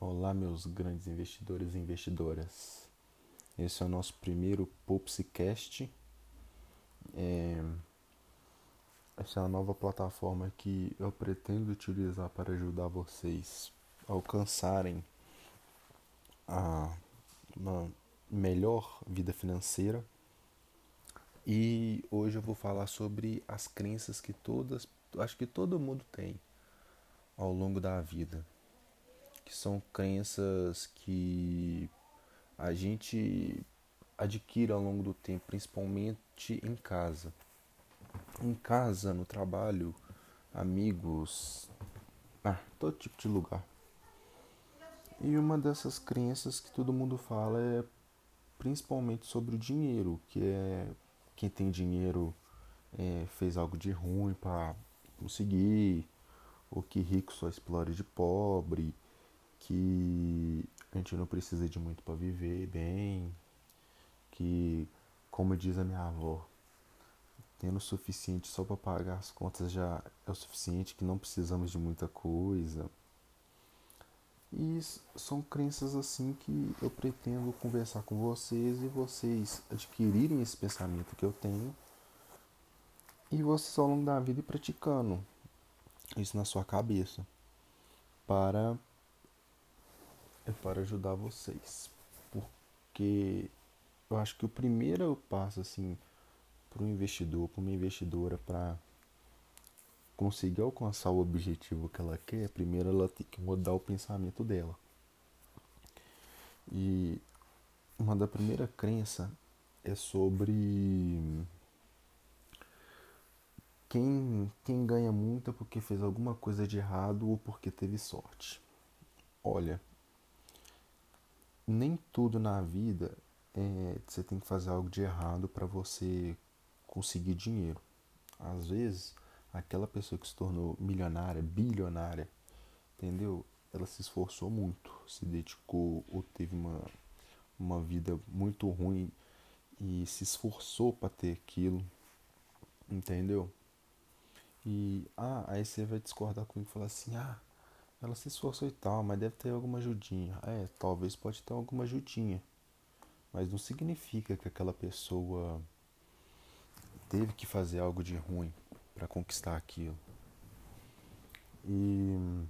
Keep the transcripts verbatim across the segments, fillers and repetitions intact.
Olá, meus grandes investidores e investidoras. Esse é o nosso primeiro Popsicast. É... Essa é a nova plataforma que eu pretendo utilizar para ajudar vocês a alcançarem a uma melhor vida financeira. E hoje eu vou falar sobre as crenças que todas, acho que todo mundo tem ao longo da vida, que são crenças que a gente adquire ao longo do tempo, principalmente em casa. Em casa, no trabalho, amigos, ah, todo tipo de lugar. E uma dessas crenças que todo mundo fala é principalmente sobre o dinheiro, que é quem tem dinheiro é, fez algo de ruim para conseguir, ou que rico só explora de pobre, que a gente não precisa de muito para viver bem, que, como diz a minha avó, tendo o suficiente só para pagar as contas já é o suficiente, que não precisamos de muita coisa. E são crenças assim que eu pretendo conversar com vocês e vocês adquirirem esse pensamento que eu tenho e vocês ao longo da vida ir praticando isso na sua cabeça para é para ajudar vocês. Porque eu acho que o primeiro passo assim para um investidor, para uma investidora, para conseguir alcançar o objetivo que ela quer, primeiro ela tem que mudar o pensamento dela. E uma da primeira crença é sobre quem, quem ganha muito é porque fez alguma coisa de errado ou porque teve sorte. Olha, nem tudo na vida é, você tem que fazer algo de errado para você conseguir dinheiro. Às vezes, aquela pessoa que se tornou milionária, bilionária, entendeu? Ela se esforçou muito, se dedicou ou teve uma, uma vida muito ruim e se esforçou para ter aquilo, entendeu? E ah, aí você vai discordar comigo e falar assim: ah, ela se esforçou e tal, mas deve ter alguma ajudinha. É, talvez pode ter alguma ajudinha, mas não significa que aquela pessoa teve que fazer algo de ruim para conquistar aquilo. E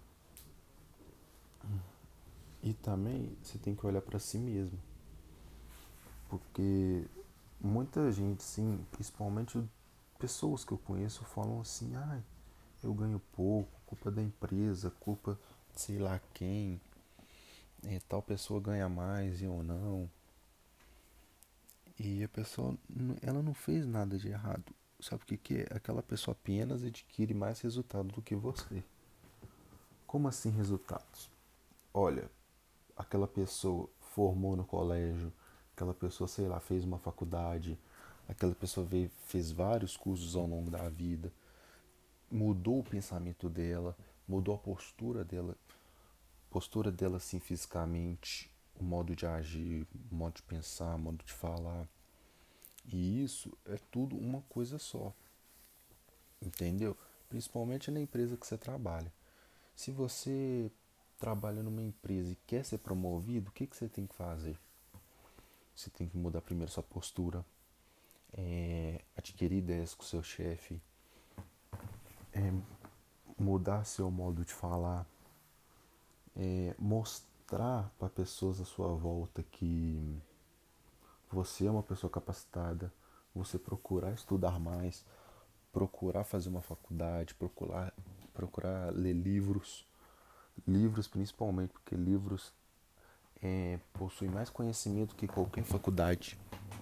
E também você tem que olhar para si mesmo, porque muita gente, sim, principalmente pessoas que eu conheço, falam assim: ah, eu ganho pouco, culpa da empresa, culpa de sei lá quem, é, tal pessoa ganha mais e eu não. E a pessoa, ela não fez nada de errado. Sabe o que, que é? Aquela pessoa apenas adquire mais resultado do que você. Como assim resultados? Olha, aquela pessoa formou no colégio, aquela pessoa, sei lá, fez uma faculdade, aquela pessoa veio, fez vários cursos ao longo da vida, mudou o pensamento dela, mudou a postura dela, postura dela assim fisicamente, o modo de agir, o modo de pensar, o modo de falar. E isso é tudo uma coisa só, entendeu? Principalmente na empresa que você trabalha. Se você trabalha numa empresa e quer ser promovido, o que, que você tem que fazer? Você tem que mudar primeiro sua postura, é, adquirir ideias com o seu chefe, é, mudar seu modo de falar, é, mostrar para pessoas à sua volta que você é uma pessoa capacitada, você procurar estudar mais, procurar fazer uma faculdade, procurar, procurar ler livros, livros principalmente, porque livros é, possuem mais conhecimento que qualquer faculdade.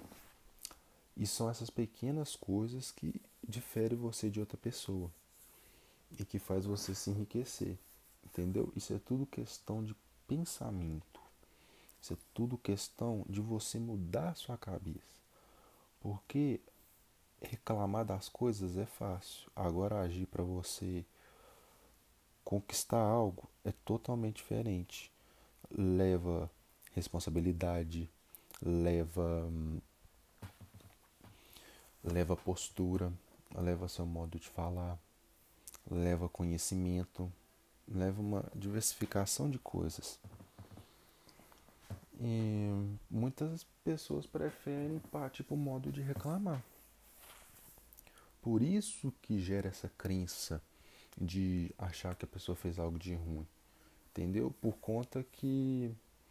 E são essas pequenas coisas que diferem você de outra pessoa e que faz você se enriquecer, entendeu? Isso é tudo questão de pensamento. Isso é tudo questão de você mudar a sua cabeça. Porque reclamar das coisas é fácil. Agora agir para você conquistar algo é totalmente diferente. Leva responsabilidade, leva leva postura, leva seu modo de falar, leva conhecimento, leva uma diversificação de coisas. E muitas pessoas preferem partir para o modo de reclamar. Por isso que gera essa crença de achar que a pessoa fez algo de ruim. Entendeu? Por conta que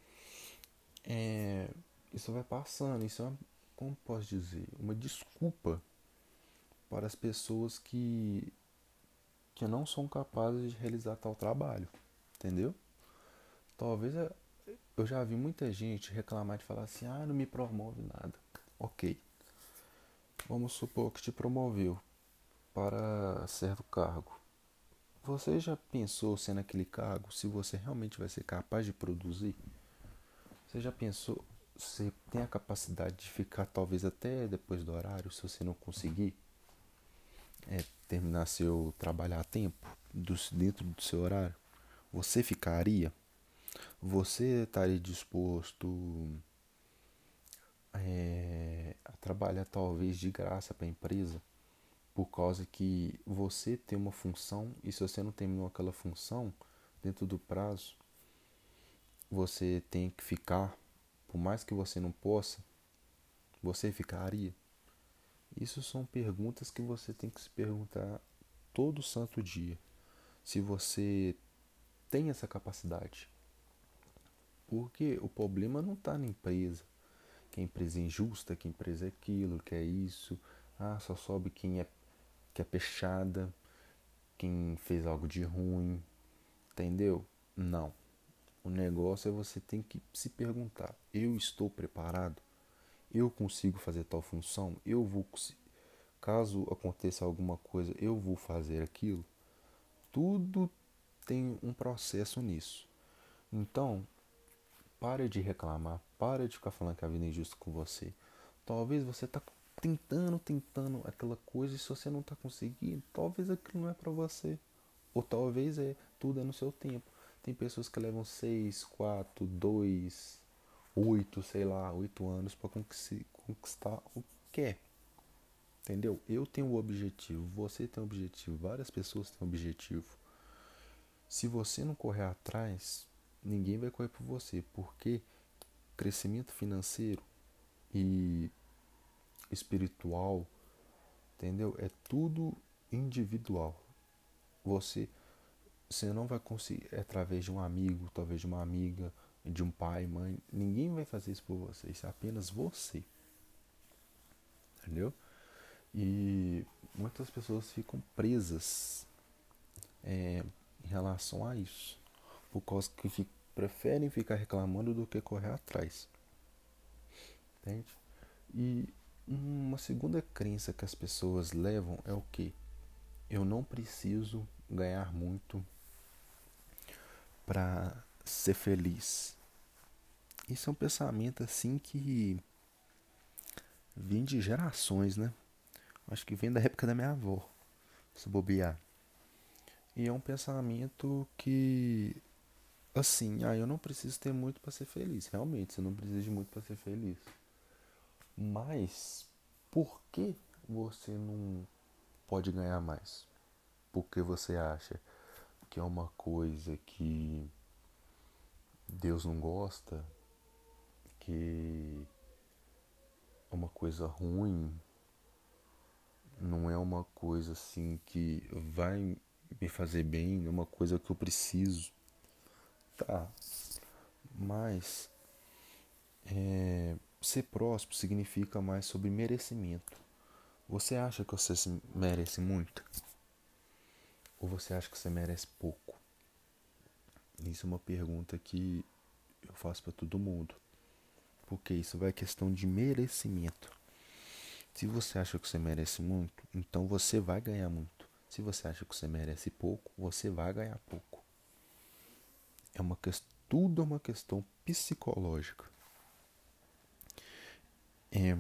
é, isso vai passando. Isso é, uma, como posso dizer, uma desculpa para as pessoas que, que não são capazes de realizar tal trabalho. Entendeu? Talvez eu já vi muita gente reclamar de falar assim, ah, não me promove nada. Ok. Vamos supor que te promoveu para certo cargo. Você já pensou se naquele cargo, se você realmente vai ser capaz de produzir? Você já pensou, você tem a capacidade de ficar talvez até depois do horário, se você não conseguir é, terminar seu trabalho a tempo, do, dentro do seu horário? Você ficaria? Você estaria disposto é, a trabalhar talvez de graça para a empresa? Por causa que você tem uma função e se você não terminou aquela função dentro do prazo, você tem que ficar, por mais que você não possa, você ficaria? Isso são perguntas que você tem que se perguntar todo santo dia. Se você tem essa capacidade. Porque o problema não está na empresa. Que a empresa é injusta, que a empresa é aquilo, que é isso. Ah, só sobe quem é, que é peixada, quem fez algo de ruim. Entendeu? Não. O negócio é você tem que se perguntar: eu estou preparado? Eu consigo fazer tal função? Eu vou, caso aconteça alguma coisa, eu vou fazer aquilo? Tudo tem um processo nisso. Então, pare de reclamar, pare de ficar falando que a vida é injusta com você. Talvez você está tentando, tentando aquela coisa e se você não está conseguindo, talvez aquilo não é para você. Ou talvez é, tudo é no seu tempo. Tem pessoas que levam seis, quatro, dois, oito, sei lá, oito anos para conquistar o que quer. Entendeu? Eu tenho um objetivo, você tem um objetivo, várias pessoas têm um objetivo. Se você não correr atrás, ninguém vai correr por você, porque crescimento financeiro e espiritual, entendeu? É tudo individual. Você, você não vai conseguir é através de um amigo, talvez de uma amiga, de um pai, mãe. Ninguém vai fazer isso por você. Isso é apenas você. Entendeu? E muitas pessoas ficam presas é, em relação a isso. Por causa que fica, preferem ficar reclamando do que correr atrás. Entende? E uma segunda crença que as pessoas levam é o que? Eu não preciso ganhar muito para ser feliz. Isso é um pensamento assim que vem de gerações, né? Acho que vem da época da minha avó, se bobear. E é um pensamento que, assim, ah, eu não preciso ter muito para ser feliz. Realmente, você não precisa de muito para ser feliz. Mas, por que você não pode ganhar mais? Porque você acha que é uma coisa que Deus não gosta, que é uma coisa ruim, não é uma coisa assim que vai me fazer bem, é uma coisa que eu preciso. Tá, mas é, ser próximo significa mais sobre merecimento. Você acha que você merece muito? Ou você acha que você merece pouco? Isso é uma pergunta que eu faço para todo mundo. Porque isso vai questão de merecimento. Se você acha que você merece muito, então você vai ganhar muito. Se você acha que você merece pouco, você vai ganhar pouco. É uma questão, tudo é uma questão psicológica. É,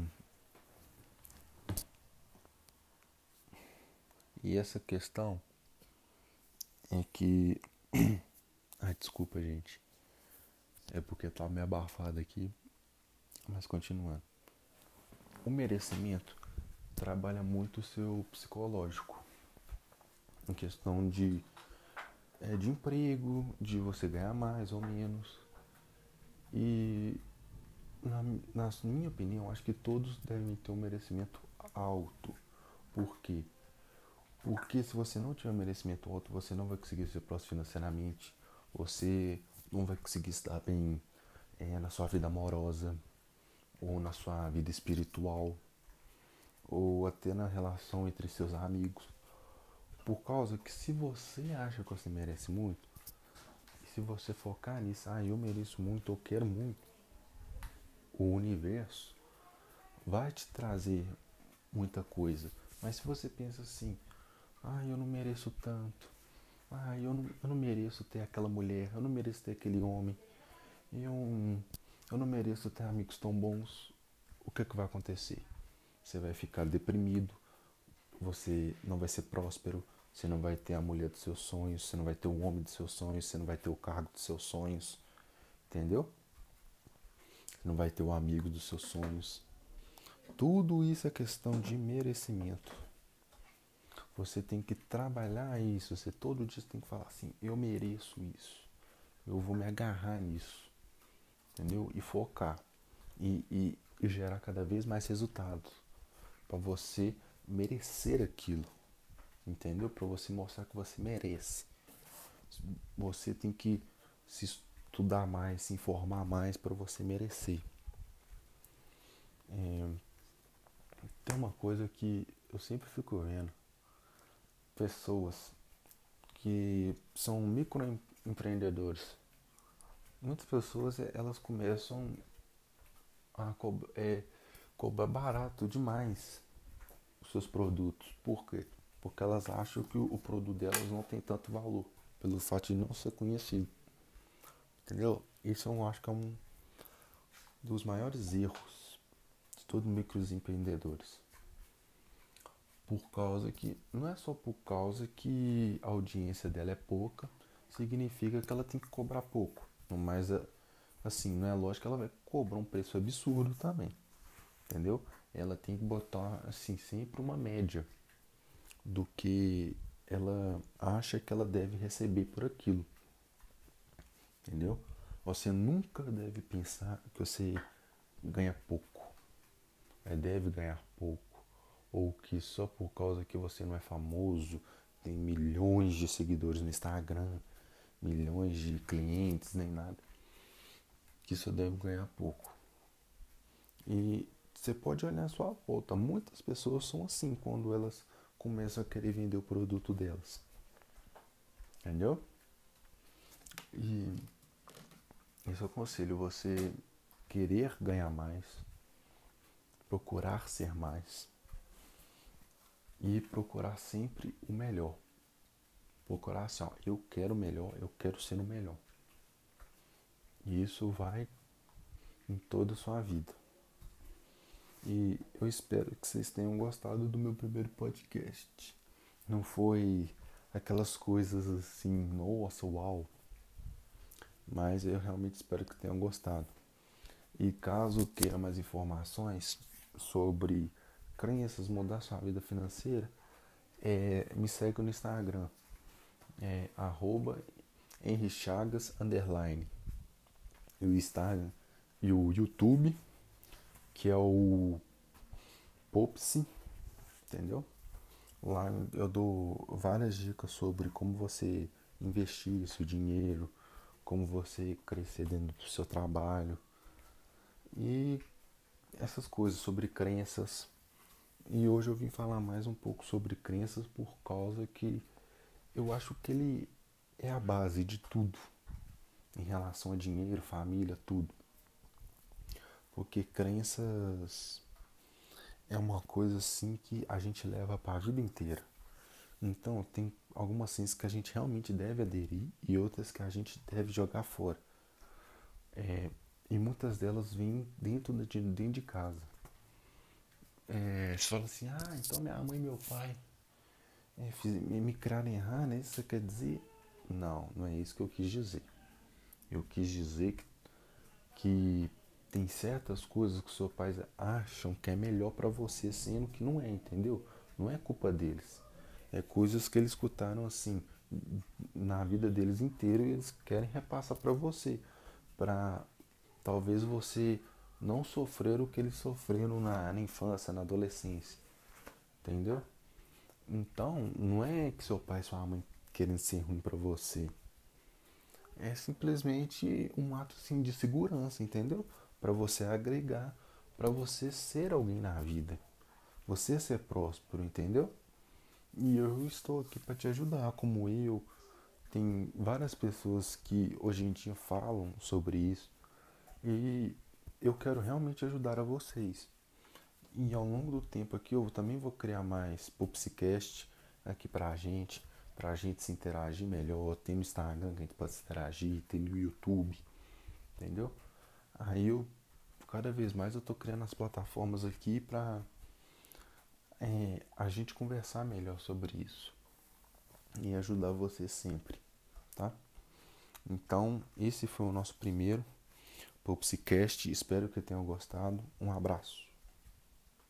e essa questão é que... Ai, desculpa, gente. É porque tá meio abafado aqui. Mas continuando. O merecimento trabalha muito o seu psicológico. Em questão de, é, de emprego, de você ganhar mais ou menos. E na, na minha opinião, acho que todos devem ter um merecimento alto. Por quê? Porque se você não tiver um merecimento alto, você não vai conseguir ser próximo financeiramente, você não vai conseguir estar bem é, na sua vida amorosa, ou na sua vida espiritual, ou até na relação entre seus amigos. Por causa que se você acha que você merece muito, e se você focar nisso, ah, eu mereço muito, eu quero muito, o universo vai te trazer muita coisa. Mas se você pensa assim, ah, eu não mereço tanto, ah, eu não, eu não mereço ter aquela mulher, eu não mereço ter aquele homem, eu, eu não mereço ter amigos tão bons, o que é que vai acontecer? Você vai ficar deprimido, você não vai ser próspero, você não vai ter a mulher dos seus sonhos, você não vai ter o homem dos seus sonhos, você não vai ter o cargo dos seus sonhos, entendeu? Você não vai ter o amigo dos seus sonhos. Tudo isso é questão de merecimento. Você tem que trabalhar isso, você todo dia tem que falar assim, eu mereço isso, eu vou me agarrar nisso, entendeu? E focar, e, e, e gerar cada vez mais resultados, para você merecer aquilo, entendeu? Para você mostrar que você merece. Você tem que se estudar mais, se informar mais para você merecer. É, tem uma coisa que eu sempre fico vendo, pessoas que são microempreendedores. Muitas pessoas elas começam a co- é, cobrar barato demais os seus produtos. Por quê? Porque elas acham que o produto delas não tem tanto valor, pelo fato de não ser conhecido. Entendeu? Isso eu acho que é um dos maiores erros de todos os microempreendedores. Por causa que, não é só por causa que a audiência dela é pouca, significa que ela tem que cobrar pouco. Mas, assim, não é lógico que ela vai cobrar um preço absurdo também. Entendeu? Ela tem que botar, assim, sempre uma média do que ela acha que ela deve receber por aquilo. Entendeu? Você nunca deve pensar que você ganha pouco, é, deve ganhar pouco, ou que só por causa que você não é famoso, tem milhões de seguidores no Instagram, milhões de clientes, nem nada, que você deve ganhar pouco. E você pode olhar a sua volta, muitas pessoas são assim quando elas começam a querer vender o produto delas. Entendeu? E esse eu aconselho você querer ganhar mais, procurar ser mais e procurar sempre o melhor. Procurar assim, ó, eu quero o melhor, eu quero ser o melhor. E isso vai em toda a sua vida. E eu espero que vocês tenham gostado do meu primeiro podcast. Não foi aquelas coisas assim, nossa, uau. Mas eu realmente espero que tenham gostado. E caso queira mais informações sobre crenças, mudar sua vida financeira, é, me segue no Instagram, é arroba Henry Chagas underline. E o Instagram e o YouTube, que é o Popsi, entendeu? Lá eu dou várias dicas sobre como você investir seu dinheiro, como você crescer dentro do seu trabalho e essas coisas sobre crenças. E hoje eu vim falar mais um pouco sobre crenças por causa que eu acho que ele é a base de tudo em relação a dinheiro, família, tudo. Porque crenças é uma coisa assim que a gente leva para a vida inteira. Então tem algumas crenças que a gente realmente deve aderir e outras que a gente deve jogar fora. É, e muitas delas vêm dentro de, dentro de casa. É, você fala assim, ah, então minha mãe e meu pai é, fiz, me, me criaram errado, né? Isso quer dizer? Não, não é isso que eu quis dizer. Eu quis dizer que, que tem certas coisas que seus pais acham que é melhor para você, sendo que não é, entendeu? Não é culpa deles. É coisas que eles escutaram assim na vida deles inteira e eles querem repassar para você, para talvez você não sofrer o que eles sofreram na, na infância, na adolescência, entendeu? Então, não é que seu pai e sua mãe querem ser ruim pra você. É simplesmente um ato assim, de segurança, entendeu? Pra você agregar, pra você ser alguém na vida, você ser próspero, entendeu? E eu estou aqui para te ajudar, como eu. Tem várias pessoas que hoje em dia falam sobre isso e eu quero realmente ajudar a vocês. E ao longo do tempo aqui eu também vou criar mais Pupsicast aqui pra gente, pra gente se interagir melhor. Tem no Instagram que a gente pode se interagir, tem no YouTube, entendeu? Aí eu, cada vez mais eu tô criando as plataformas aqui pra é, a gente conversar melhor sobre isso e ajudar você sempre, tá? Então, esse foi o nosso primeiro Pupsicast. Espero que tenham gostado. Um abraço.